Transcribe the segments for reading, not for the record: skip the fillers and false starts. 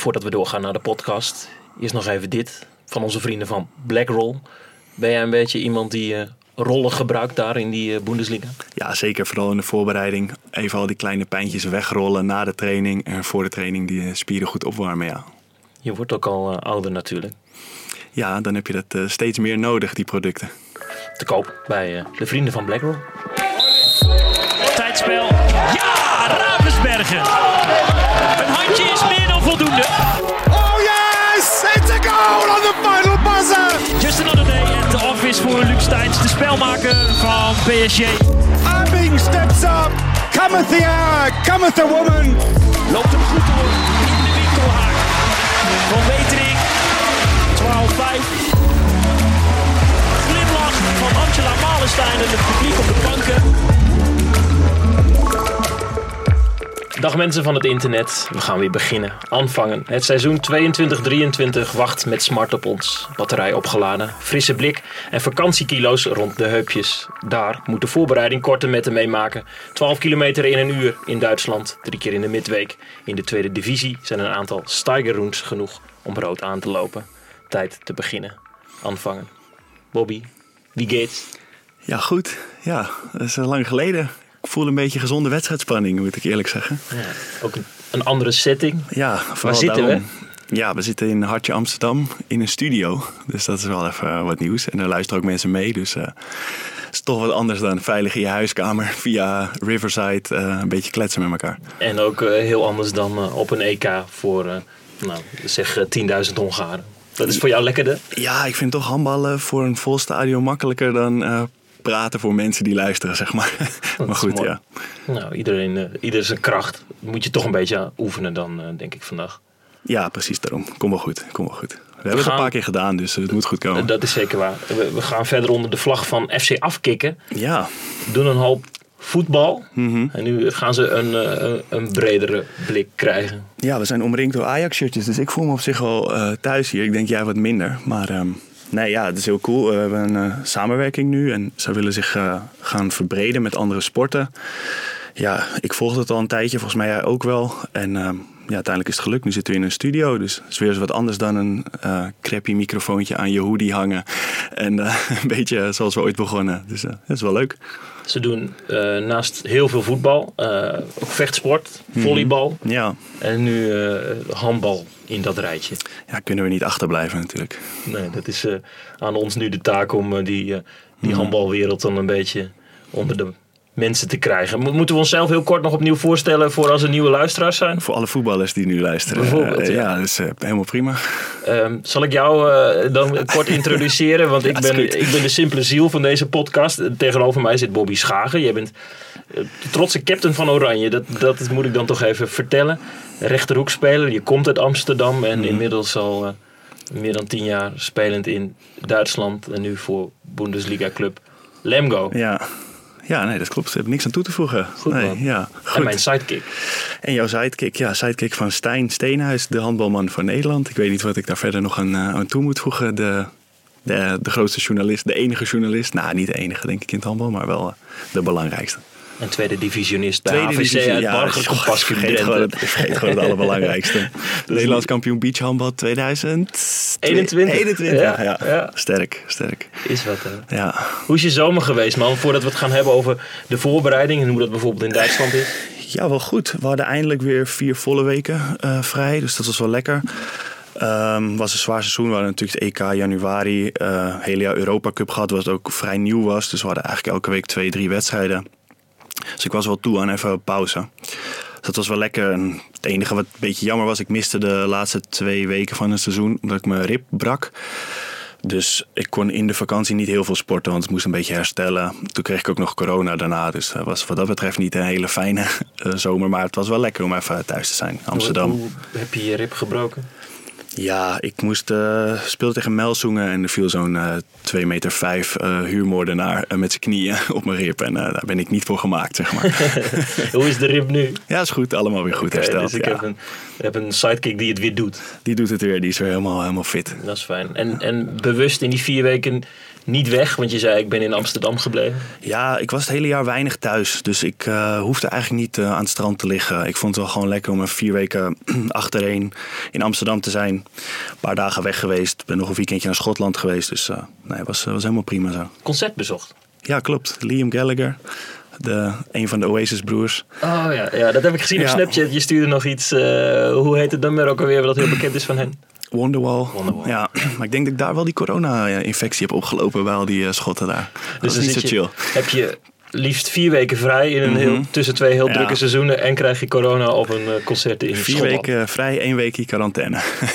voordat we doorgaan naar de podcast, eerst nog even dit van onze vrienden van Blackroll. Ben jij een beetje iemand die rollen gebruikt daar in die Bundesliga? Ja, zeker. Vooral in de voorbereiding. Even al die kleine pijntjes wegrollen na de training. En voor de training die spieren goed opwarmen, ja. Je wordt ook al ouder natuurlijk. Ja, dan heb je dat steeds meer nodig, die producten. Te koop bij de vrienden van Blackroll. Tijdspel. Ja, Ravensbergen. Een handje is meer dan voldoende. Oh yes! It's a goal on the final buzzer! Just another day at the office voor Luc Steins, de spelmaker van PSG. Abing steps up. Cometh the hour, cometh the woman. Loopt hem goed door in de winkelhaak. Van Wetering. 12-5. Glimlach van Angela Malenstein en het publiek op de banken. Dag mensen van het internet, we gaan weer beginnen, aanvangen. Het seizoen 22-23 wacht met smart op ons. Batterij opgeladen, frisse blik en vakantiekilo's rond de heupjes. Daar moet de voorbereiding korte metten mee maken. 12 kilometer in een uur in Duitsland, 3 keer in de midweek. In de tweede divisie zijn een aantal Steigerrounds genoeg om rood aan te lopen. Tijd te beginnen, aanvangen. Bobby, wie geht's? Ja, goed. Ja, dat is lang geleden. Ik voel een beetje gezonde wedstrijdspanning, moet ik eerlijk zeggen. Ja, ook een andere setting. Ja, waar zitten we? Ja, we zitten in Hartje Amsterdam in een studio. Dus dat is wel even wat nieuws. En daar luisteren ook mensen mee. Dus het is toch wat anders dan veilig in je huiskamer via Riverside een beetje kletsen met elkaar. En ook heel anders dan op een EK voor, zeg 10.000 Hongaren. Dat is voor jou lekkerder? Ja, ik vind toch handballen voor een vol stadion makkelijker dan praten voor mensen die luisteren, zeg maar. Maar goed, mooi. Ja. Nou, ieder zijn kracht. Moet je toch een beetje oefenen dan, denk ik, vandaag. Ja, precies daarom. Kom wel goed. We hebben het een paar keer gedaan, dus het moet goed komen. Dat is zeker waar. We gaan verder onder de vlag van FC Afkikken. Ja. Doen een hoop voetbal. Mm-hmm. En nu gaan ze een bredere blik krijgen. Ja, we zijn omringd door Ajax-shirtjes, dus ik voel me op zich wel thuis hier. Ik denk jij wat minder, maar... Nee, ja, het is heel cool. We hebben een samenwerking nu en zij willen zich gaan verbreden met andere sporten. Ja, ik volg het al een tijdje, volgens mij jij ook wel. En uiteindelijk is het gelukt. Nu zitten we in een studio, dus het is weer eens wat anders dan een crappy microfoontje aan je hoodie hangen. En een beetje zoals we ooit begonnen. Dus dat is wel leuk. Ze doen naast heel veel voetbal, ook vechtsport, volleybal en nu handbal in dat rijtje. Ja, kunnen we niet achterblijven natuurlijk. Nee, dat is aan ons nu de taak om die handbalwereld dan een beetje onder de mensen te krijgen. Moeten we onszelf heel kort nog opnieuw voorstellen voor als er nieuwe luisteraars zijn? Voor alle voetballers die nu luisteren. Bijvoorbeeld, ja, dat is helemaal prima. Zal ik jou dan kort introduceren? Want ik ben de simpele ziel van deze podcast. Tegenover mij zit Bobby Schagen. Jij bent de trotse captain van Oranje. Dat moet ik dan toch even vertellen. Rechterhoekspeler. Je komt uit Amsterdam en inmiddels al meer dan 10 jaar spelend in Duitsland. En nu voor Bundesliga club Lemgo. Ja, nee, dat klopt. Ik heb niks aan toe te voegen. Goed, man. Ja, goed. En mijn sidekick. En jouw sidekick, sidekick van Stijn Steenhuis, de handbalman van Nederland. Ik weet niet wat ik daar verder nog aan toe moet voegen. De grootste journalist, de enige journalist. Nou, niet de enige denk ik in het handbal, maar wel de belangrijkste. En tweede divisionist bij HVC uit Barger Compascus Drenthe. Ik vergeet gewoon het allerbelangrijkste. Nederlands kampioen beachhandbal 2021. Ja. Sterk. Is wat, hè? Ja. Hoe is je zomer geweest, man? Voordat we het gaan hebben over de voorbereiding en hoe dat bijvoorbeeld in Duitsland is. Ja, wel goed. We hadden eindelijk weer 4 volle weken vrij, dus dat was wel lekker. Was een zwaar seizoen. We hadden natuurlijk het EK januari, hele jaar Europa Cup gehad, wat ook vrij nieuw was. Dus we hadden eigenlijk elke week 2-3 wedstrijden. Dus ik was wel toe aan even pauze. Dus dat was wel lekker. En het enige wat een beetje jammer was, ik miste de laatste 2 weken van het seizoen, omdat ik mijn rib brak. Dus ik kon in de vakantie niet heel veel sporten, want het moest een beetje herstellen. Toen kreeg ik ook nog corona daarna, dus het was wat dat betreft niet een hele fijne zomer. Maar het was wel lekker om even thuis te zijn, Amsterdam. Hoe heb je je rib gebroken? Ja, ik speelde tegen Melsungen en er viel zo'n 2,5 meter huurmoordenaar met zijn knieën op mijn rib. En daar ben ik niet voor gemaakt, zeg maar. Hoe is de rib nu? Ja, is goed. Allemaal weer goed hersteld. Dus ik heb Je hebt een sidekick die het weer doet. Die doet het weer, die is weer helemaal fit. Dat is fijn. En bewust in die 4 weken niet weg, want je zei ik ben in Amsterdam gebleven. Ja, ik was het hele jaar weinig thuis. Dus ik hoefde eigenlijk niet aan het strand te liggen. Ik vond het wel gewoon lekker om een 4 weken achtereen in Amsterdam te zijn. Een paar dagen weg geweest. Ben nog een weekendje naar Schotland geweest. Dus het was helemaal prima zo. Concert bezocht. Ja, klopt. Liam Gallagher. Een van de Oasis-broers. Oh ja, dat heb ik gezien op Snapchat. Je stuurde nog iets, hoe heet het nummer ook alweer, wat heel bekend is van hen? Wonderwall. Ja, maar ik denk dat ik daar wel die corona-infectie heb opgelopen bij al die schotten daar. Dus dat is niet zo chill. Heb je liefst 4 weken vrij in een tussen 2 heel drukke seizoenen en krijg je corona op een concert in 4 weken vrij, 1 weekje quarantaine.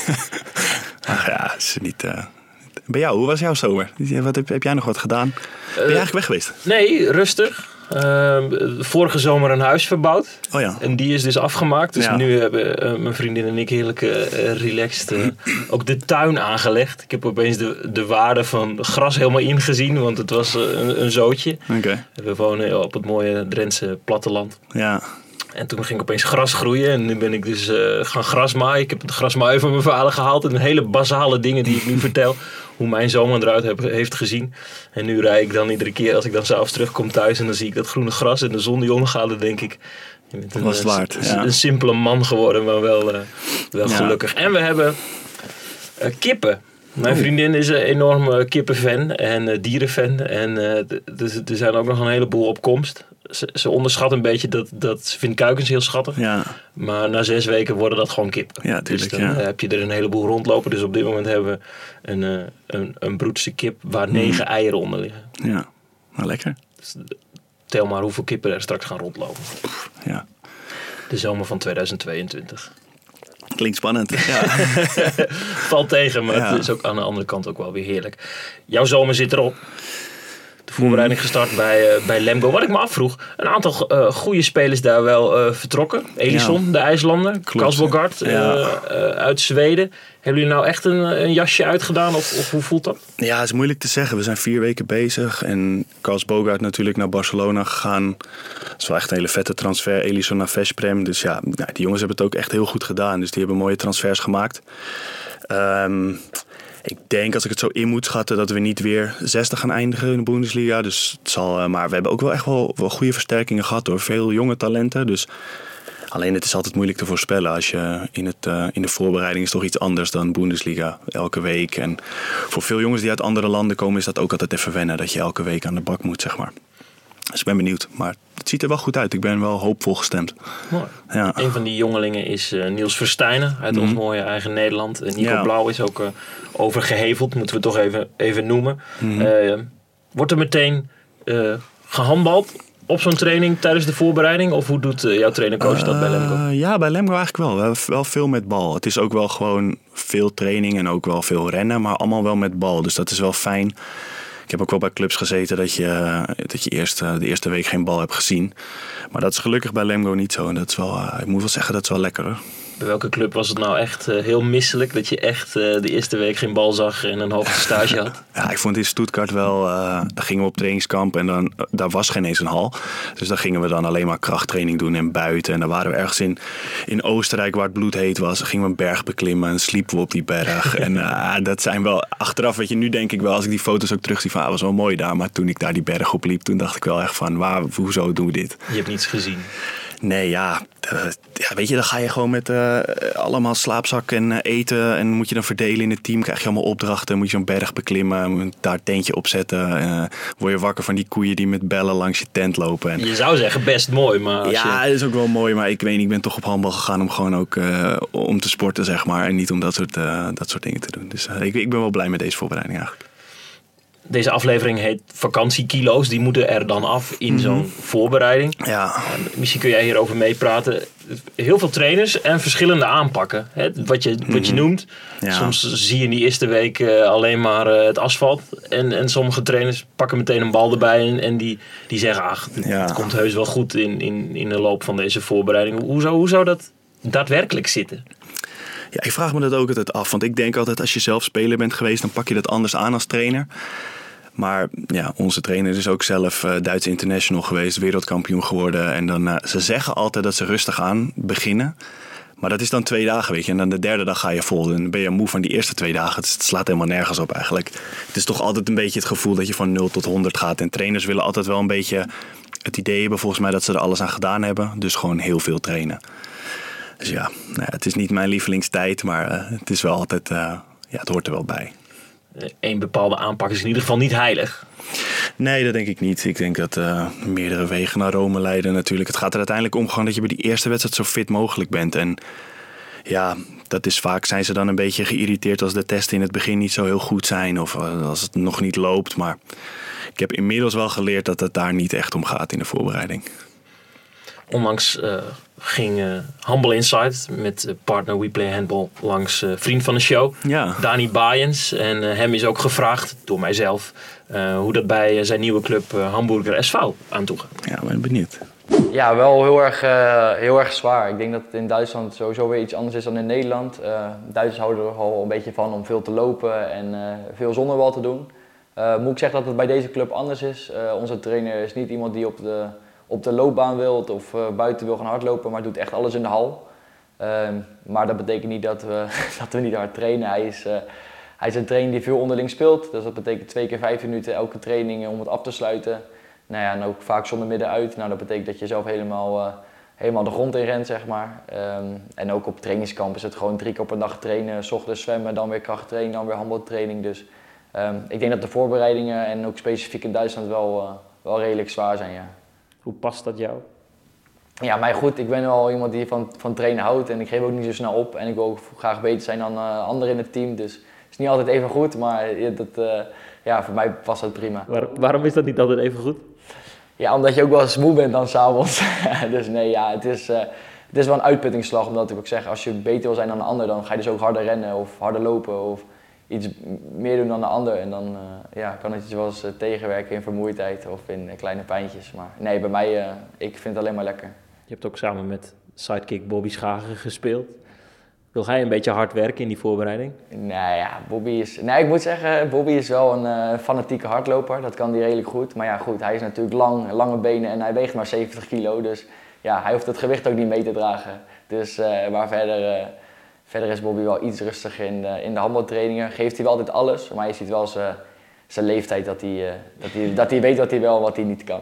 Ach ja, is niet... Bij jou, hoe was jouw zomer? Heb jij nog wat gedaan? Ben je eigenlijk weg geweest? Nee, rustig. Vorige zomer een huis verbouwd. Oh ja. En die is dus afgemaakt. Dus nu hebben mijn vriendin en ik heerlijk relaxed ook de tuin aangelegd. Ik heb opeens de waarde van gras helemaal ingezien. Want het was een zootje. Okay. We wonen op het mooie Drentse platteland. Ja. En toen ging opeens gras groeien. En nu ben ik dus gaan grasmaaien. Ik heb het grasmaaien van mijn vader gehaald. En hele basale dingen die ik nu vertel. Hoe mijn zomer eruit heeft gezien. En nu rijd ik dan iedere keer als ik dan 's avonds terugkom thuis. En dan zie ik dat groene gras en de zon die ondergaat. Dan denk ik, je bent was het waard. Een simpele man geworden. Maar wel gelukkig. En we hebben kippen. Mijn vriendin is een enorme kippenfan en dierenfan. En er zijn ook nog een heleboel op komst. Ze onderschat een beetje dat ze vindt kuikens heel schattig. Ja. Maar na 6 weken worden dat gewoon kippen. Ja, tuurlijk, dus dan heb je er een heleboel rondlopen. Dus op dit moment hebben we een broedse kip waar 9 eieren onder liggen. Ja, nou lekker. Dus tel maar hoeveel kippen er straks gaan rondlopen. Ja. De zomer van 2022. Klinkt spannend. Ja. Valt tegen, maar het is ook aan de andere kant ook wel weer heerlijk. Jouw zomer zit erop. De voorbereiding gestart bij Lemgo. Wat ik me afvroeg, een aantal goede spelers daar wel vertrokken. Elisson, de IJslander. Kals Bogart uit Zweden. Hebben jullie nou echt een jasje uitgedaan of hoe voelt dat? Ja, het is moeilijk te zeggen. We zijn 4 weken bezig. En Kals Bogart natuurlijk naar Barcelona gegaan. Dat is wel echt een hele vette transfer. Elisson naar Veszprém. Dus ja, die jongens hebben het ook echt heel goed gedaan. Dus die hebben mooie transfers gemaakt. Ik denk, als ik het zo in moet schatten, dat we niet weer 60 gaan eindigen in de Bundesliga. Dus het zal, maar we hebben ook wel echt wel goede versterkingen gehad door veel jonge talenten. Dus alleen het is altijd moeilijk te voorspellen. Als je in de voorbereiding is toch iets anders dan Bundesliga elke week. En voor veel jongens die uit andere landen komen is dat ook altijd even wennen. Dat je elke week aan de bak moet, zeg maar. Dus ik ben benieuwd. Maar het ziet er wel goed uit. Ik ben wel hoopvol gestemd. Mooi. Ja. Een van die jongelingen is Niels Verstijnen uit ons mooie eigen Nederland. Nico Blauw is ook overgeheveld, moeten we toch even noemen. Wordt er meteen gehandbald op zo'n training tijdens de voorbereiding? Of hoe doet jouw trainer-coach dat bij Lemgo? Ja, bij Lemgo eigenlijk wel. We hebben wel veel met bal. Het is ook wel gewoon veel training en ook wel veel rennen. Maar allemaal wel met bal. Dus dat is wel fijn. Ik heb ook wel bij clubs gezeten dat je eerst de eerste week geen bal hebt gezien. Maar dat is gelukkig bij Lemgo niet zo. En dat is wel, ik moet wel zeggen, dat is wel lekker hoor. Bij welke club was het nou echt heel misselijk dat je echt de eerste week geen bal zag en een hoogte stage had? Ja, ik vond in Stuttgart wel, daar gingen we op trainingskamp en daar was geen eens een hal. Dus daar gingen we dan alleen maar krachttraining doen en buiten. En dan waren we ergens in Oostenrijk waar het bloedheet was. Dan gingen we een berg beklimmen en sliepen we op die berg. En dat zijn wel, achteraf weet je, nu denk ik wel, als ik die foto's ook terugzie van, was wel mooi daar. Maar toen ik daar die berg op liep, toen dacht ik wel echt van, hoezo doen we dit? Je hebt niets gezien. Nee, weet je, dan ga je gewoon met allemaal slaapzak en eten en moet je dan verdelen in het team. Krijg je allemaal opdrachten, moet je zo'n berg beklimmen, daar een tentje opzetten. Word je wakker van die koeien die met bellen langs je tent lopen. En, je zou zeggen best mooi, maar het is ook wel mooi, maar ik ben toch op handbal gegaan om gewoon ook om te sporten, zeg maar. En niet om dat soort dingen te doen. Dus ik ben wel blij met deze voorbereiding eigenlijk. Deze aflevering heet vakantiekilo's. Die moeten er dan af in zo'n voorbereiding. Ja. Misschien kun jij hierover meepraten. Heel veel trainers en verschillende aanpakken. Hè? Wat je noemt. Ja. Soms zie je in die eerste week alleen maar het asfalt. En sommige trainers pakken meteen een bal erbij. En die zeggen, het komt heus wel goed in de loop van deze voorbereiding. Hoe zou dat daadwerkelijk zitten? Ja, ik vraag me dat ook altijd af. Want ik denk altijd, als je zelf speler bent geweest, dan pak je dat anders aan als trainer. Maar ja, onze trainer is ook zelf Duits international geweest, wereldkampioen geworden. En dan, ze zeggen altijd dat ze rustig aan beginnen. Maar dat is dan 2 dagen, weet je. En dan de derde dag ga je vol. En dan ben je moe van die eerste 2 dagen. Het slaat helemaal nergens op eigenlijk. Het is toch altijd een beetje het gevoel dat je van 0 tot 100 gaat. En trainers willen altijd wel een beetje het idee hebben volgens mij dat ze er alles aan gedaan hebben. Dus gewoon heel veel trainen. Dus ja, het is niet mijn lievelingstijd. Maar het is wel altijd, het hoort er wel bij. Eén bepaalde aanpak is in ieder geval niet heilig. Nee, dat denk ik niet. Ik denk dat meerdere wegen naar Rome leiden natuurlijk. Het gaat er uiteindelijk om gewoon dat je bij die eerste wedstrijd zo fit mogelijk bent. En ja, dat is vaak zijn ze dan een beetje geïrriteerd als de testen in het begin niet zo heel goed zijn. Of als het nog niet loopt. Maar ik heb inmiddels wel geleerd dat het daar niet echt om gaat in de voorbereiding. Onlangs ging Handball Insight met partner We Play Handball langs vriend van de show, Dani Baaiens. En hem is ook gevraagd, door mijzelf, hoe dat bij zijn nieuwe club Hamburger SV aan toe gaat. Ja, ben benieuwd. Ja, wel heel erg zwaar. Ik denk dat het in Duitsland sowieso weer iets anders is dan in Nederland. Duitsers houden er al een beetje van om veel te lopen en veel zonder bal te doen. Moet ik zeggen dat het bij deze club anders is. Onze trainer is niet iemand die op de loopbaan wil of buiten wil gaan hardlopen, maar doet echt alles in de hal. Maar dat betekent niet dat we niet hard trainen. Hij is een trainer die veel onderling speelt. Dus dat betekent 2 keer 5 minuten elke training om het af te sluiten. Nou ja, en ook vaak zonder middenuit. Nou, dat betekent dat je zelf helemaal de grond in rent, zeg maar. En ook op trainingskamp is het gewoon 3 keer per dag trainen. 's Ochtends zwemmen, dan weer krachttraining, dan weer handbaltraining. Dus ik denk dat de voorbereidingen en ook specifiek in Duitsland wel redelijk zwaar zijn, ja. Hoe past dat jou? Ja, maar goed, ik ben wel iemand die van trainen houdt en ik geef ook niet zo snel op. En ik wil ook graag beter zijn dan anderen in het team. Dus het is niet altijd even goed, maar voor mij past het prima. Waarom is dat niet altijd even goed? Ja, omdat je ook wel eens moe bent dan 's avonds. Dus nee, ja, het is wel een uitputtingsslag. Omdat ik ook zeg, als je beter wil zijn dan een ander, dan ga je dus ook harder rennen of harder lopen of iets meer doen dan de ander. En dan kan het je wel eens tegenwerken in vermoeidheid of in kleine pijntjes. Maar nee, bij mij, ik vind het alleen maar lekker. Je hebt ook samen met sidekick Bobby Schagen gespeeld. Wil hij een beetje hard werken in die voorbereiding? Nou ja, ik moet zeggen, Bobby is wel een fanatieke hardloper. Dat kan hij redelijk goed. Maar ja, goed, hij is natuurlijk lange benen en hij weegt maar 70 kilo. Dus ja, hij hoeft het gewicht ook niet mee te dragen. Dus, maar verder is Bobby wel iets rustiger in de handbaltrainingen. Geeft hij wel altijd alles, maar je ziet wel zijn leeftijd dat hij weet wat hij niet kan.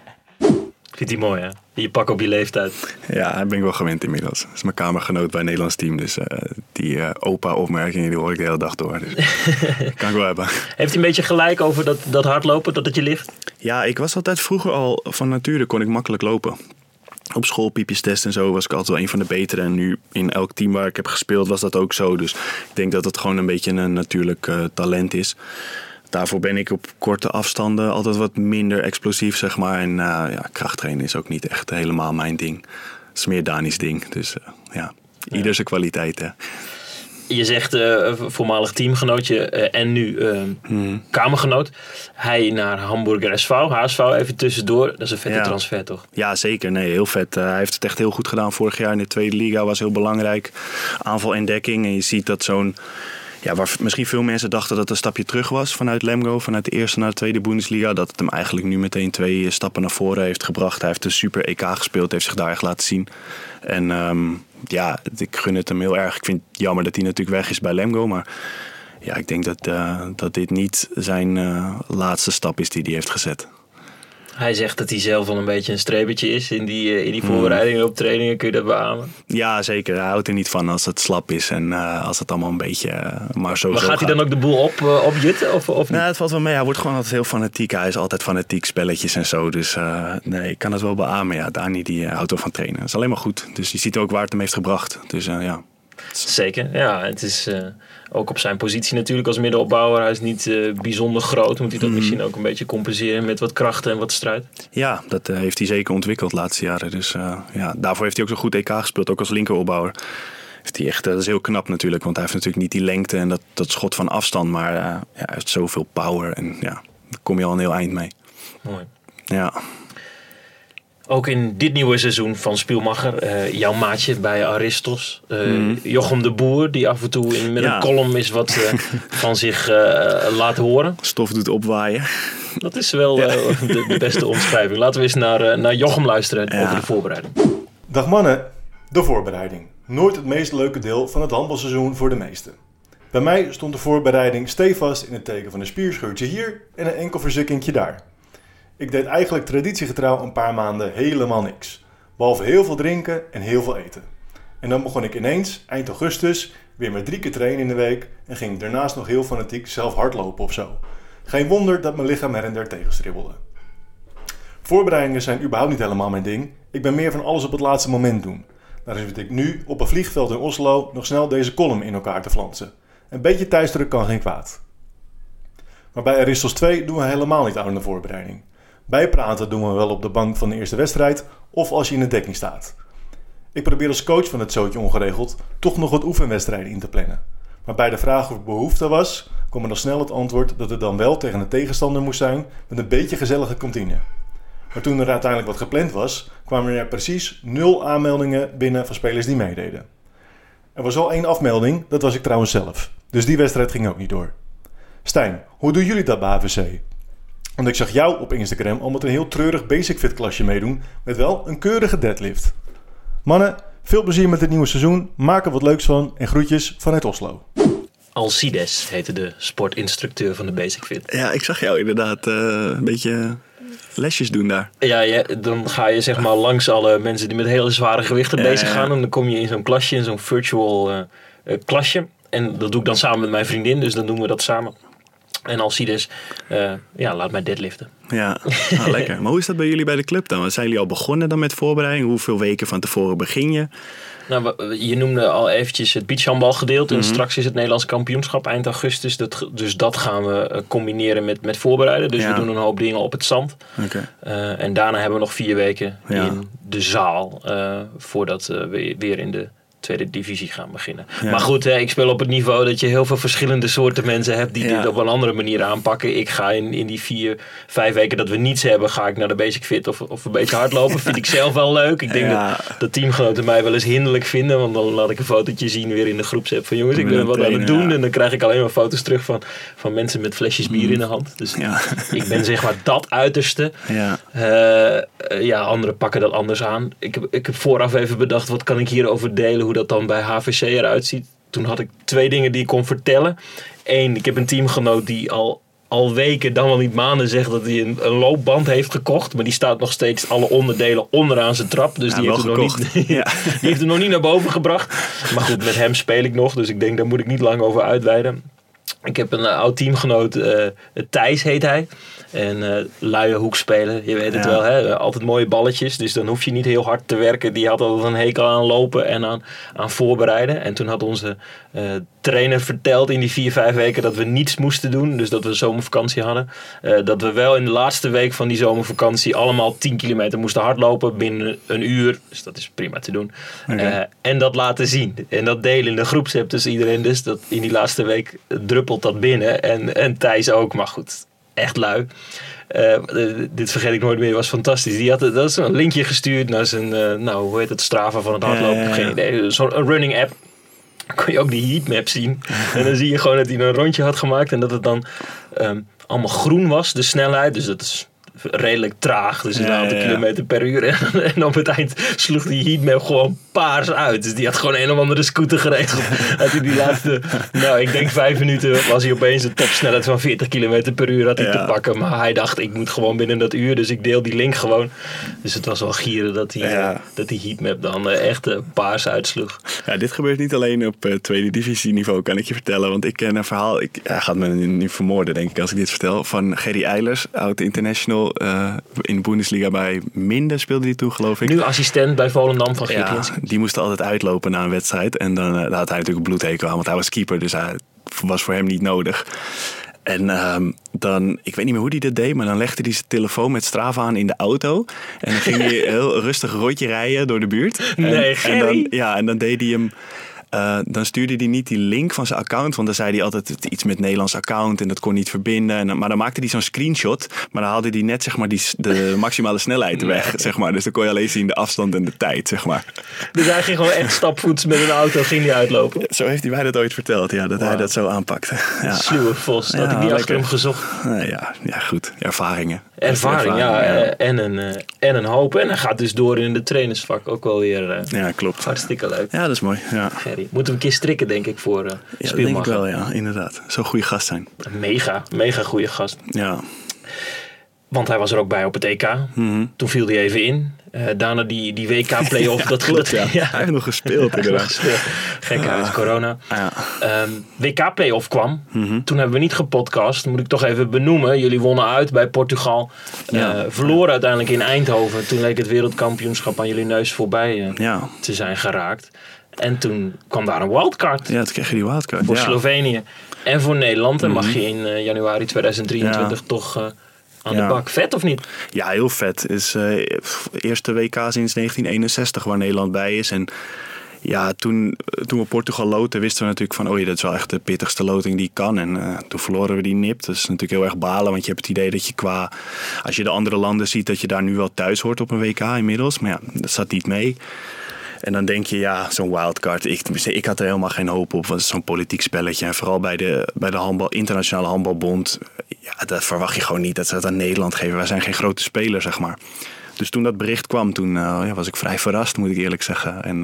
Vindt hij mooi, hè? Je pak op je leeftijd. Ja, daar ben ik wel gewend inmiddels. Dat is mijn kamergenoot bij het Nederlands team. Dus die opa-opmerkingen die hoor ik de hele dag door. Dus kan ik wel hebben. Heeft hij een beetje gelijk over dat hardlopen, dat het je ligt? Ja, ik was altijd vroeger al van nature kon ik makkelijk lopen. Op school, piepjestest en zo was ik altijd wel een van de betere. En nu in elk team waar ik heb gespeeld was dat ook zo. Dus ik denk dat het gewoon een beetje een natuurlijk talent is. Daarvoor ben ik op korte afstanden altijd wat minder explosief, zeg maar. En krachttrainen is ook niet echt helemaal mijn ding. Het is meer Dani's ding. Dus ieder zijn kwaliteit, hè. Je zegt voormalig teamgenootje en nu kamergenoot. Hij naar Hamburger SV, HSV even tussendoor. Dat is een vette transfer, toch? Ja, zeker. Nee, heel vet. Hij heeft het echt heel goed gedaan vorig jaar in de tweede liga. Was heel belangrijk. Aanval en dekking. En je ziet dat zo'n... Ja, waar misschien veel mensen dachten dat het een stapje terug was vanuit Lemgo, vanuit de eerste naar de tweede Bundesliga. Dat het hem eigenlijk nu meteen 2 stappen naar voren heeft gebracht. Hij heeft een super EK gespeeld, heeft zich daar echt laten zien. En ik gun het hem heel erg. Ik vind het jammer dat hij natuurlijk weg is bij Lemgo. Maar ja, ik denk dat dit niet zijn laatste stap is die hij heeft gezet. Hij zegt dat hij zelf al een beetje een strebertje is in die voorbereidingen op trainingen. Kun je dat beamen? Ja, zeker. Hij houdt er niet van als het slap is en als het allemaal een beetje maar zo. Maar gaat hij dan ook de boel opjutten? Of nou, het valt wel mee. Hij wordt gewoon altijd heel fanatiek. Hij is altijd fanatiek, spelletjes en zo. Dus nee, ik kan het wel beamen. Ja, Dani die houdt wel van trainen. Dat is alleen maar goed. Dus je ziet ook waar het hem heeft gebracht. Dus ja. Zeker, ja. Het is ook op zijn positie natuurlijk als middenopbouwer. Hij is niet bijzonder groot. Moet hij dat misschien ook een beetje compenseren met wat krachten en wat strijd? Ja, dat heeft hij zeker ontwikkeld de laatste jaren. Dus daarvoor heeft hij ook zo goed EK gespeeld. Ook als linkeropbouwer. Heeft hij echt, dat is heel knap natuurlijk. Want hij heeft natuurlijk niet die lengte en dat schot van afstand. Maar hij heeft zoveel power. En daar kom je al een heel eind mee. Mooi. Ja. Ook in dit nieuwe seizoen van Spielmacher, jouw maatje bij Aristos. Jochem de Boer, die af en toe met een column is wat van zich laat horen. Stof doet opwaaien. Dat is wel de beste omschrijving. Laten we eens naar Jochem luisteren over de voorbereiding. Dag mannen, de voorbereiding. Nooit het meest leuke deel van het handbalseizoen voor de meesten. Bij mij stond de voorbereiding stevast in het teken van een spierscheurtje hier en een enkel verzukkingje daar. Ik deed eigenlijk traditiegetrouw een paar maanden helemaal niks. Behalve heel veel drinken en heel veel eten. En dan begon ik ineens, eind augustus, weer met 3 keer trainen in de week en ging ik daarnaast nog heel fanatiek zelf hardlopen of zo. Geen wonder dat mijn lichaam her en der tegenstribbelde. Voorbereidingen zijn überhaupt niet helemaal mijn ding. Ik ben meer van alles op het laatste moment doen. Daarom zit ik nu op een vliegveld in Oslo nog snel deze column in elkaar te flansen. Een beetje thuisdruk kan geen kwaad. Maar bij Aristos 2 doen we helemaal niet aan de voorbereiding. Bijpraten doen we wel op de bank van de eerste wedstrijd of als je in de dekking staat. Ik probeer als coach van het zootje ongeregeld toch nog wat oefenwedstrijden in te plannen. Maar bij de vraag of er behoefte was, kwam er dan snel het antwoord dat het dan wel tegen een tegenstander moest zijn met een beetje gezellige kantine. Maar toen er uiteindelijk wat gepland was, kwamen er precies 0 aanmeldingen binnen van spelers die meededen. Er was al 1 afmelding, dat was ik trouwens zelf. Dus die wedstrijd ging ook niet door. Stijn, hoe doen jullie dat bij HVC? Want ik zag jou op Instagram al met een heel treurig basic fit klasje meedoen met wel een keurige deadlift. Mannen, veel plezier met het nieuwe seizoen, maak er wat leuks van en groetjes vanuit Oslo. Alcides heette de sportinstructeur van de Basic Fit. Ja, ik zag jou inderdaad een beetje lesjes doen daar. Ja, dan ga je zeg maar langs alle mensen die met hele zware gewichten bezig gaan. En dan kom je in zo'n klasje, in zo'n virtual klasje. En dat doe ik dan samen met mijn vriendin, dus dan doen we dat samen. En Alcides, laat mij deadliften. Ja, lekker. Maar hoe is dat bij jullie bij de club dan? Zijn jullie al begonnen dan met voorbereiding? Hoeveel weken van tevoren begin je? Nou, je noemde al eventjes het beachhandbalgedeelte. En straks is het Nederlands kampioenschap eind augustus. Dus dat gaan we combineren met voorbereiden. Dus we doen een hoop dingen op het zand. Okay. En daarna hebben we nog 4 weken in de zaal. Voordat we weer in de tweede divisie gaan beginnen. Ja. Maar goed, ik speel op het niveau dat je heel veel verschillende soorten mensen hebt die dit op een andere manier aanpakken. Ik ga in die 4-5 weken dat we niets hebben, ga ik naar de Basic Fit of een beetje hardlopen. Vind ik zelf wel leuk. Ik denk dat teamgenoten mij wel eens hinderlijk vinden, want dan laat ik een fotootje zien weer in de groepsapp van jongens, ik ben wat aan het doen. En dan krijg ik alleen maar foto's terug van mensen met flesjes bier in de hand. Dus ik ben zeg maar dat uiterste. Anderen pakken dat anders aan. Ik heb vooraf even bedacht, wat kan ik hierover delen, hoe dat dan bij HVC eruit ziet. Toen had ik 2 dingen die ik kon vertellen. 1, ik heb een teamgenoot die al weken, dan wel niet maanden, zegt dat hij een loopband heeft gekocht. Maar die staat nog steeds alle onderdelen onderaan zijn trap. Dus die heeft hem nog niet naar boven gebracht. Maar goed, met hem speel ik nog. Dus ik denk, daar moet ik niet lang over uitweiden. Ik heb een oud teamgenoot, Thijs heet hij. En luie hoekspeler, je weet het wel, hè? Altijd mooie balletjes. Dus dan hoef je niet heel hard te werken. Die had altijd een hekel aan lopen en aan voorbereiden. En toen had onze trainer verteld in die 4-5 weken dat we niets moesten doen. Dus dat we zomervakantie hadden. Dat we wel in de laatste week van die zomervakantie allemaal 10 kilometer moesten hardlopen binnen een uur. Dus dat is prima te doen. Okay. En dat laten zien. En dat delen in de groepsapp tussen iedereen. Dus dat in die laatste week druppelt dat binnen. En Thijs ook, maar goed. Echt lui. Dit vergeet ik nooit meer. Was fantastisch. Die had dat is een linkje gestuurd naar zijn, hoe heet het, Strava van het hardlopen. Geen idee. Zo'n running app. Dan kon je ook die heatmap zien. En dan zie je gewoon dat hij een rondje had gemaakt. En dat het dan allemaal groen was, de snelheid. Dus dat is redelijk traag. Dus een aantal kilometer per uur. En op het eind sloeg die heatmap gewoon paars uit. Dus die had gewoon een of andere scooter geregeld. Had hij die laatste, ik denk 5 minuten was hij opeens een topsnelheid van 40 kilometer per uur had hij te pakken. Maar hij dacht, ik moet gewoon binnen dat uur. Dus ik deel die link gewoon. Dus het was wel gieren dat die heatmap dan echt paars uitsloeg. Ja, dit gebeurt niet alleen op tweede divisieniveau, kan ik je vertellen. Want ik ken een verhaal, hij gaat me nu vermoorden, denk ik, als ik dit vertel. Van Gerry Eilers, oud international. In de Bundesliga bij Minden speelde hij toen, geloof ik. Nu assistent bij Volendam van Geert Jensen. Die moest altijd uitlopen na een wedstrijd. En dan had hij natuurlijk een bloedhekel aan, want hij was keeper. Dus hij was voor hem niet nodig. En dan, ik weet niet meer hoe hij dat deed, maar dan legde hij zijn telefoon met Strava aan in de auto. En dan ging hij heel rustig een rondje rijden door de buurt. Nee, Gerry? En dan deed hij hem Dan stuurde hij niet die link van zijn account. Want dan zei hij altijd iets met Nederlands account en dat kon niet verbinden. Maar dan maakte hij zo'n screenshot. Maar dan haalde hij net zeg maar, de maximale snelheid weg. Zeg maar. Dus dan kon je alleen zien de afstand en de tijd. Zeg maar. Dus hij ging gewoon echt stapvoets met een auto ging hij uitlopen. Zo heeft hij mij dat ooit verteld. Ja, dat hij dat zo aanpakte. Ja. Sluwe vos. Dat had ik niet achter hem gezocht. Ja, goed. Ervaringen. Ervaring, ja. En een hoop. En hij gaat dus door in de trainersvak. Ook wel weer ja, klopt. Hartstikke leuk. Ja, dat is mooi. Ja. Gerry. Moeten we een keer strikken, denk ik, voor ja, dat Spielmacher. denk ik wel, ja. Inderdaad. Zo'n goede gast zijn. Mega goede gast. Ja. Want hij was er ook bij op het EK. Mm-hmm. Toen viel hij even in. Daarna die WK-playoff. Ja, dat klopt, ja. Hij heeft nog gespeeld inderdaad. Gekhuis, corona. Ja. WK-playoff kwam. Mm-hmm. Toen hebben we niet gepodcast. Moet ik toch even benoemen. Jullie wonnen uit bij Portugal. Verloren uiteindelijk in Eindhoven. Toen leek het wereldkampioenschap aan jullie neus voorbij te zijn geraakt. En toen kwam daar een wildcard. Ja, toen kreeg je die wildcard. Voor Slovenië en voor Nederland. En mag je in januari 2023 toch... aan de bak. Vet of niet? Ja, heel vet. Het is eerste WK sinds 1961 waar Nederland bij is. En ja, toen we Portugal loten, wisten we natuurlijk van... dat is wel echt de pittigste loting die kan. En toen verloren we die nip. Dat is natuurlijk heel erg balen. Want je hebt het idee dat je als je de andere landen ziet... dat je daar nu wel thuis hoort op een WK inmiddels. Maar ja, dat zat niet mee. En dan denk je, zo'n wildcard. Ik had er helemaal geen hoop op. Want het is zo'n politiek spelletje. En vooral bij de internationale handbalbond... dat verwacht je gewoon niet dat ze dat aan Nederland geven. Wij zijn geen grote speler, zeg maar. Dus toen dat bericht kwam, was ik vrij verrast, moet ik eerlijk zeggen. En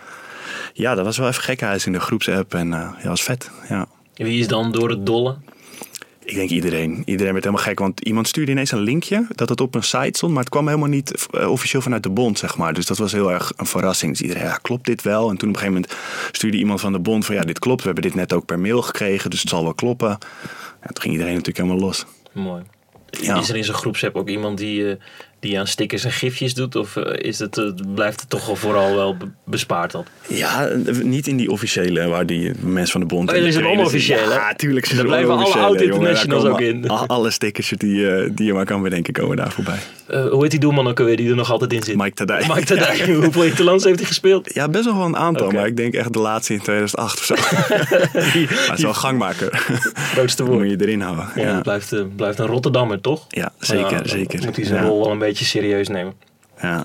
dat was wel even gekhuis in de groepsapp. En dat was vet, ja. Wie is dan door het dolle? Ik denk iedereen. Iedereen werd helemaal gek. Want iemand stuurde ineens een linkje dat het op een site stond. Maar het kwam helemaal niet officieel vanuit de bond, zeg maar. Dus dat was heel erg een verrassing. Dus iedereen, klopt dit wel? En toen op een gegeven moment stuurde iemand van de bond van... dit klopt, we hebben dit net ook per mail gekregen. Dus het zal wel kloppen. Ja, toen ging iedereen natuurlijk helemaal los. Mooi. Ja. Is er in zo'n groepsapp ook iemand die aan stickers en gifjes doet? Of blijft het toch wel vooral wel bespaard dan? Ja, niet in die officiële waar die mensen van de bond... is het allemaal officieel, Ja, tuurlijk. Daar blijven alle oud-internationals ook in. Alle stickers die je maar kan bedenken komen daar voorbij. Hoe heet die doelman ook alweer die er nog altijd in zit? Mike Tadij. Hoeveel interlands heeft hij gespeeld? Ja, best wel een aantal. Okay. Maar ik denk echt de laatste in 2008 of zo. Maar het is wel gangmaker. Grootste woord. Moet je erin houden. Ja. Blijft een Rotterdammer, toch? Ja, zeker. Moet hij zijn rol wel een beetje serieus nemen. Ja.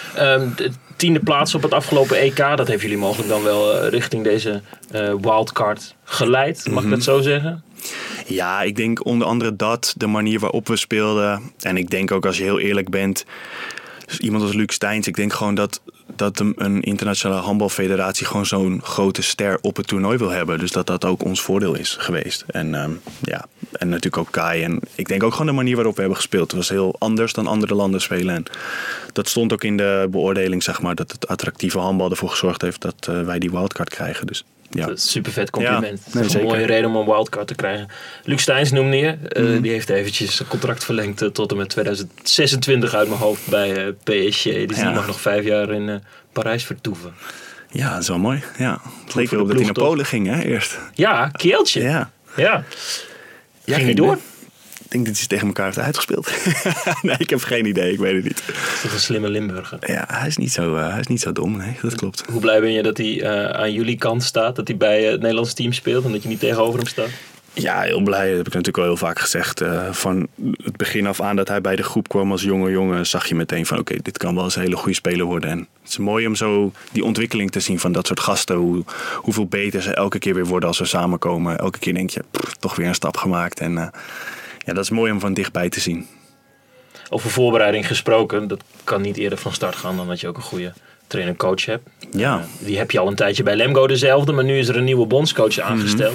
De 10e plaats op het afgelopen EK, dat heeft jullie mogelijk dan wel richting deze wildcard geleid. Mag ik dat zo zeggen? Ja, ik denk onder andere de manier waarop we speelden. En ik denk ook als je heel eerlijk bent, iemand als Luc Steins, ik denk gewoon dat een internationale handbalfederatie gewoon zo'n grote ster op het toernooi wil hebben. Dus dat ook ons voordeel is geweest. En en natuurlijk ook Kai. En ik denk ook gewoon de manier waarop we hebben gespeeld. Het was heel anders dan andere landen spelen. En dat stond ook in de beoordeling, zeg maar, dat het attractieve handbal ervoor gezorgd heeft dat wij die wildcard krijgen. Dus ja. Dat is super vet compliment. Ja, dat is een mooie reden om een wildcard te krijgen. Luc Steins noemde je. Die heeft eventjes een contract verlengd tot en met 2026 uit mijn hoofd bij PSG. Dus die mag nog 5 jaar in Parijs vertoeven. Ja, dat is wel mooi. Ja. Het leek erop dat hij naar Polen ging, hè, eerst. Ja, Kieltje. Ja. Ging hij door? Ik denk dat hij tegen elkaar heeft uitgespeeld. Nee, ik heb geen idee. Ik weet het niet. Dat is toch een slimme Limburger? Ja, hij is niet zo dom. Nee, dat klopt. Hoe blij ben je dat hij aan jullie kant staat? Dat hij bij het Nederlandse team speelt en dat je niet tegenover hem staat? Ja, heel blij. Dat heb ik natuurlijk al heel vaak gezegd. Van het begin af aan dat hij bij de groep kwam als jonge jongen, zag je meteen van oké, dit kan wel eens een hele goede speler worden. En het is mooi om zo die ontwikkeling te zien van dat soort gasten. Hoeveel beter ze elke keer weer worden als we samenkomen. Elke keer denk je, toch weer een stap gemaakt. En dat is mooi om van dichtbij te zien. Over voorbereiding gesproken, dat kan niet eerder van start gaan dan dat je ook een goede trainer-coach hebt. Ja. Die heb je al een tijdje bij Lemgo dezelfde, maar nu is er een nieuwe bondscoach aangesteld.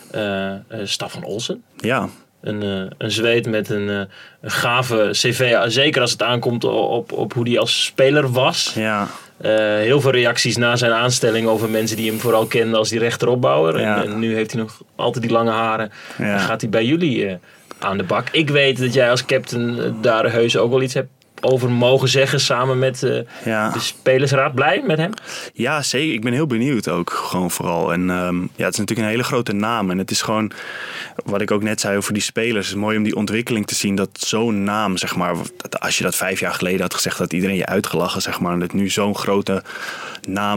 Staffan Olsen. Ja. Een Zweed met een gave cv, zeker als het aankomt op hoe hij als speler was. Ja. Heel veel reacties na zijn aanstelling over mensen die hem vooral kenden als die rechteropbouwer. Ja. En nu heeft hij nog altijd die lange haren. Ja. En gaat hij bij jullie aan de bak. Ik weet dat jij als captain daar heus ook wel iets hebt over mogen zeggen samen met de spelersraad. Blij met hem? Ja, zeker. Ik ben heel benieuwd ook gewoon vooral. En het is natuurlijk een hele grote naam. En het is gewoon, wat ik ook net zei over die spelers. Het is mooi om die ontwikkeling te zien dat zo'n naam, zeg maar, als je dat 5 jaar geleden had gezegd, had iedereen je uitgelachen, zeg maar. En dat nu zo'n grote naam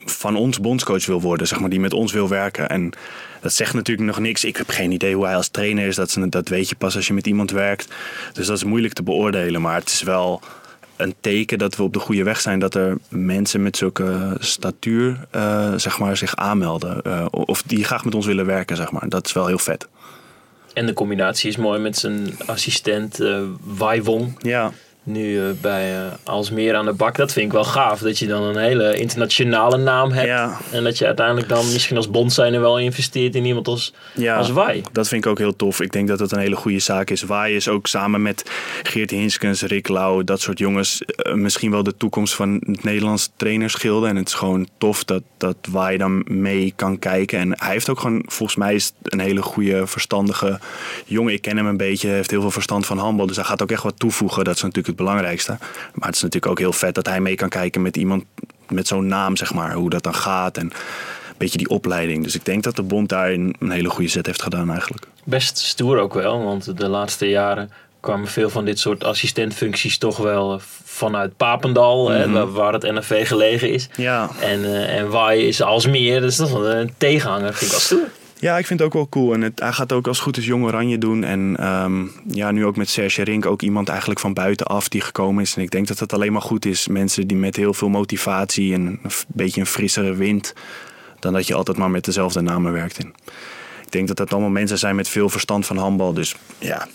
van ons bondscoach wil worden, zeg maar, die met ons wil werken. En dat zegt natuurlijk nog niks. Ik heb geen idee hoe hij als trainer is. Dat weet je pas als je met iemand werkt. Dus dat is moeilijk te beoordelen. Maar het is wel een teken dat we op de goede weg zijn. Dat er mensen met zulke statuur zeg maar, zich aanmelden. Of die graag met ons willen werken. Zeg maar. Dat is wel heel vet. En de combinatie is mooi met zijn assistent Wai Wong. Ja. Nu bij Alsmeer aan de bak. Dat vind ik wel gaaf. Dat je dan een hele internationale naam hebt. Ja. En dat je uiteindelijk dan misschien als bondzijner wel investeert in iemand als Wai. Dat vind ik ook heel tof. Ik denk dat het een hele goede zaak is. Wai is ook samen met Geert Hinskens, Rick Lau, dat soort jongens misschien wel de toekomst van het Nederlands trainersgilde. En het is gewoon tof dat Wai dan mee kan kijken. En hij heeft ook gewoon, volgens mij is het een hele goede, verstandige jongen. Ik ken hem een beetje, heeft heel veel verstand van handbal. Dus hij gaat ook echt wat toevoegen. Dat is natuurlijk het belangrijkste. Maar het is natuurlijk ook heel vet dat hij mee kan kijken met iemand met zo'n naam, zeg maar. Hoe dat dan gaat en een beetje die opleiding. Dus ik denk dat de bond daar een hele goede zet heeft gedaan eigenlijk. Best stoer ook wel, want de laatste jaren kwamen veel van dit soort assistentfuncties toch wel vanuit Papendal, waar het NFV gelegen is. Ja. En Wai is Alsmeer, dus dat is wel een tegenhanger. Vind ik wel stoer. Ja, ik vind het ook wel cool. En hij gaat ook als het goed is Jong Oranje doen. En nu ook met Serge Rink ook iemand eigenlijk van buitenaf die gekomen is. En ik denk dat het alleen maar goed is. Mensen die met heel veel motivatie en een beetje een frissere wind. Dan dat je altijd maar met dezelfde namen werkt. En ik denk dat dat allemaal mensen zijn met veel verstand van handbal. Dus ja,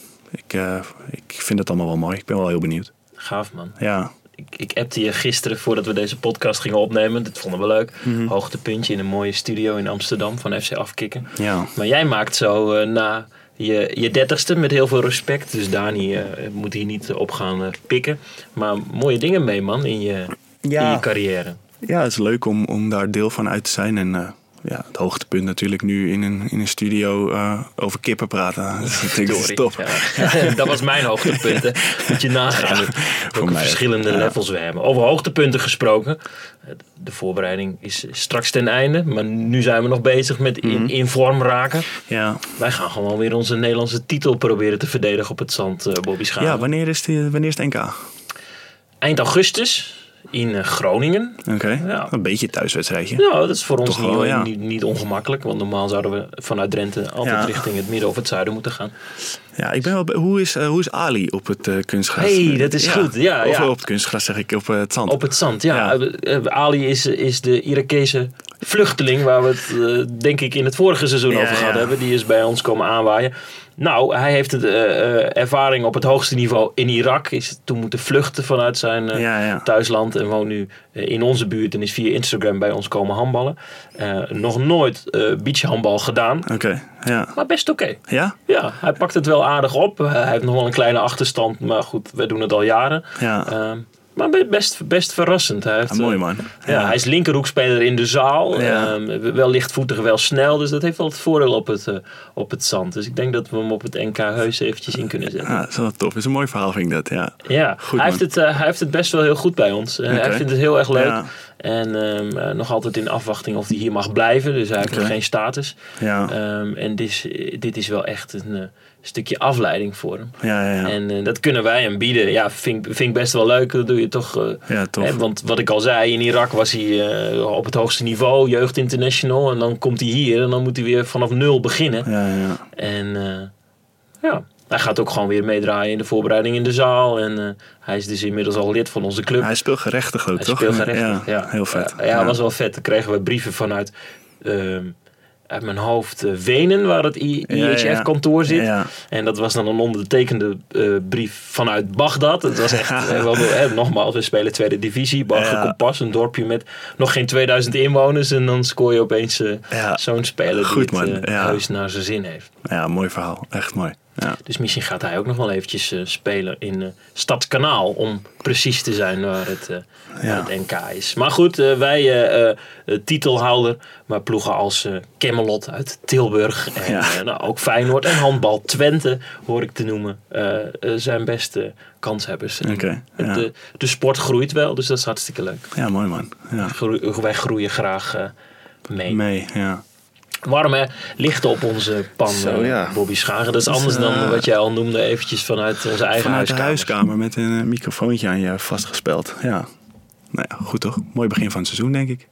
ik vind het allemaal wel mooi. Ik ben wel heel benieuwd. Gaaf, man. Ja. Ik appte je gisteren voordat we deze podcast gingen opnemen. Dat vonden we leuk. Mm-hmm. Hoogtepuntje in een mooie studio in Amsterdam van FC Afkikken. Ja. Maar jij maakt zo na je 30ste met heel veel respect. Dus Dani moet hier niet op gaan pikken. Maar mooie dingen mee, man, in je carrière. Ja, het is leuk om daar deel van uit te zijn. En het hoogtepunt natuurlijk nu in een studio over kippen praten. Dat is top. Ja. Dat was mijn hoogtepunt. Hè. Moet je nagaan. Welke verschillende levels we hebben. Over hoogtepunten gesproken. De voorbereiding is straks ten einde. Maar nu zijn we nog bezig met in vorm raken. Ja. Wij gaan gewoon weer onze Nederlandse titel proberen te verdedigen op het zand, Bobby Schagen. Ja, wanneer is het NK? Eind augustus. In Groningen. Oké, een beetje thuiswedstrijdje. Ja, dat is voor ons niet ongemakkelijk. Want normaal zouden we vanuit Drenthe altijd richting het midden of het zuiden moeten gaan. Ja, ik ben wel. Hoe is Ali op het kunstgras? Hey, dat is goed. Ja, of op het kunstgras zeg ik, op het zand. Op het zand, ja. Ali is de Irakese vluchteling waar we het denk ik in het vorige seizoen over gehad hebben. Die is bij ons komen aanwaaien. Nou, hij heeft ervaring op het hoogste niveau in Irak. Is toen moeten vluchten vanuit zijn thuisland. En woont nu in onze buurt en is via Instagram bij ons komen handballen. Nog nooit beachhandbal gedaan. Oké. Maar best oké. Ja? Ja, hij pakt het wel aardig op. Hij heeft nog wel een kleine achterstand. Maar goed, we doen het al jaren. Ja. Maar best verrassend. Hij heeft, mooi man. Hij is linkerhoekspeler in de zaal. Wel lichtvoetig, wel snel. Dus dat heeft wel het voordeel op het zand. Dus ik denk dat we hem op het NK heus eventjes in kunnen zetten. Ja, dat is wel tof. Dat is een mooi verhaal vind ik dat. Ja. Goed, hij heeft het best wel heel goed bij ons. Hij vindt het heel erg leuk. Ja. En nog altijd in afwachting of hij hier mag blijven. Dus hij heeft nog geen status. Ja. En dit is wel echt een stukje afleiding voor hem. Ja. En dat kunnen wij hem bieden. Ja, vind ik best wel leuk. Dat doe je toch. Tof. Want wat ik al zei, in Irak was hij op het hoogste niveau, jeugd international. En dan komt hij hier en dan moet hij weer vanaf nul beginnen. Ja. En hij gaat ook gewoon weer meedraaien in de voorbereiding in de zaal. En hij is dus inmiddels al lid van onze club. Hij speelt gerechtig ook, toch? Ja, heel vet. Ja, was wel vet. Dan kregen we brieven vanuit uit mijn hoofd Wenen, waar het IHF-kantoor zit. Ja. En dat was dan een ondertekende brief vanuit Bagdad. Dat was echt, nogmaals, we spelen tweede divisie. Kompas, een dorpje met nog geen 2000 inwoners. En dan scoor je opeens zo'n speler die het heus naar zijn zin heeft. Ja, mooi verhaal. Echt mooi. Ja. Dus misschien gaat hij ook nog wel eventjes spelen in Stadskanaal. Om precies te zijn waar het NK is. Maar goed, wij titelhouder. Maar ploegen als Kemmelot uit Tilburg. En ook Feyenoord en handbal Twente hoor ik te noemen. Zijn beste kanshebbers. De sport groeit wel, dus dat is hartstikke leuk. Ja, mooi man. Ja. Wij groeien graag mee. Ja. Warme lichten op onze pan, Bobby Schagen. Dat is anders dan wat jij al noemde, eventjes vanuit onze eigen huiskamer. Huiskamer met een microfoontje aan je vastgespeld. Ja. Nou ja, goed toch? Mooi begin van het seizoen, denk ik.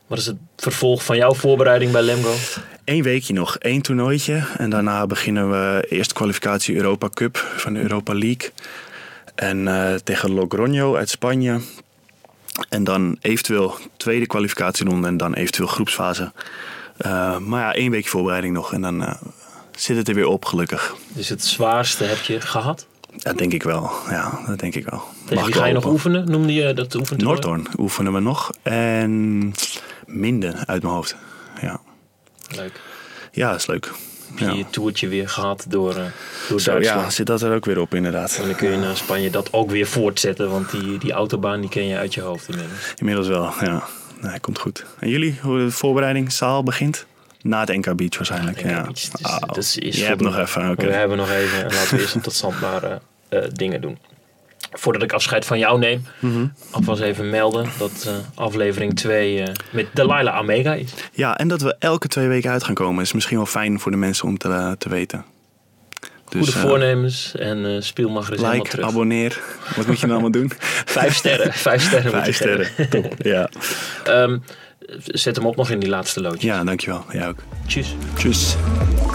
Wat is het vervolg van jouw voorbereiding bij Lemgo? 1 weekje nog, 1 toernooitje. En daarna beginnen we eerst kwalificatie Europa Cup van de Europa League. En tegen Logroño uit Spanje. En dan eventueel tweede kwalificatieronde en dan eventueel groepsfase. Maar ja, 1 week voorbereiding nog en dan zit het er weer op, gelukkig. Dus het zwaarste heb je gehad? Dat denk ik wel, ja, dat denk ik wel. Tegen wie ga je nog oefenen? Noemde je dat oefentoernooi? Noordhoorn oefenen we nog. En Minden uit mijn hoofd, ja. Leuk. Ja, dat is leuk. Heb je je toertje weer gehad door Zo, Duitsland? ja, zit dat er ook weer op inderdaad. En dan kun je naar Spanje dat ook weer voortzetten, want die autobaan die ken je uit je hoofd inmiddels. Inmiddels wel, ja. Nee, komt goed. En jullie, hoe de voorbereiding zaal begint? Na het NK Beach waarschijnlijk. Ja. Dus Je hebt nog even, oké. We hebben nog even. En laten we eerst op dat zandbare dingen doen. Voordat ik afscheid van jou neem, alvast even melden dat aflevering 2 met Delilah Amega is. Ja, en dat we elke 2 weken uit gaan komen. Is misschien wel fijn voor de mensen om te weten. Dus, Goede voornemens en Spiel mag er eens helemaal like, terug. abonneer. Wat moet je nou allemaal doen? 5 sterren. 5 sterren. 5 sterren, top. Ja. Zet hem op nog in die laatste loodjes. Ja, dankjewel. Jij ook. Tjus. Tjus.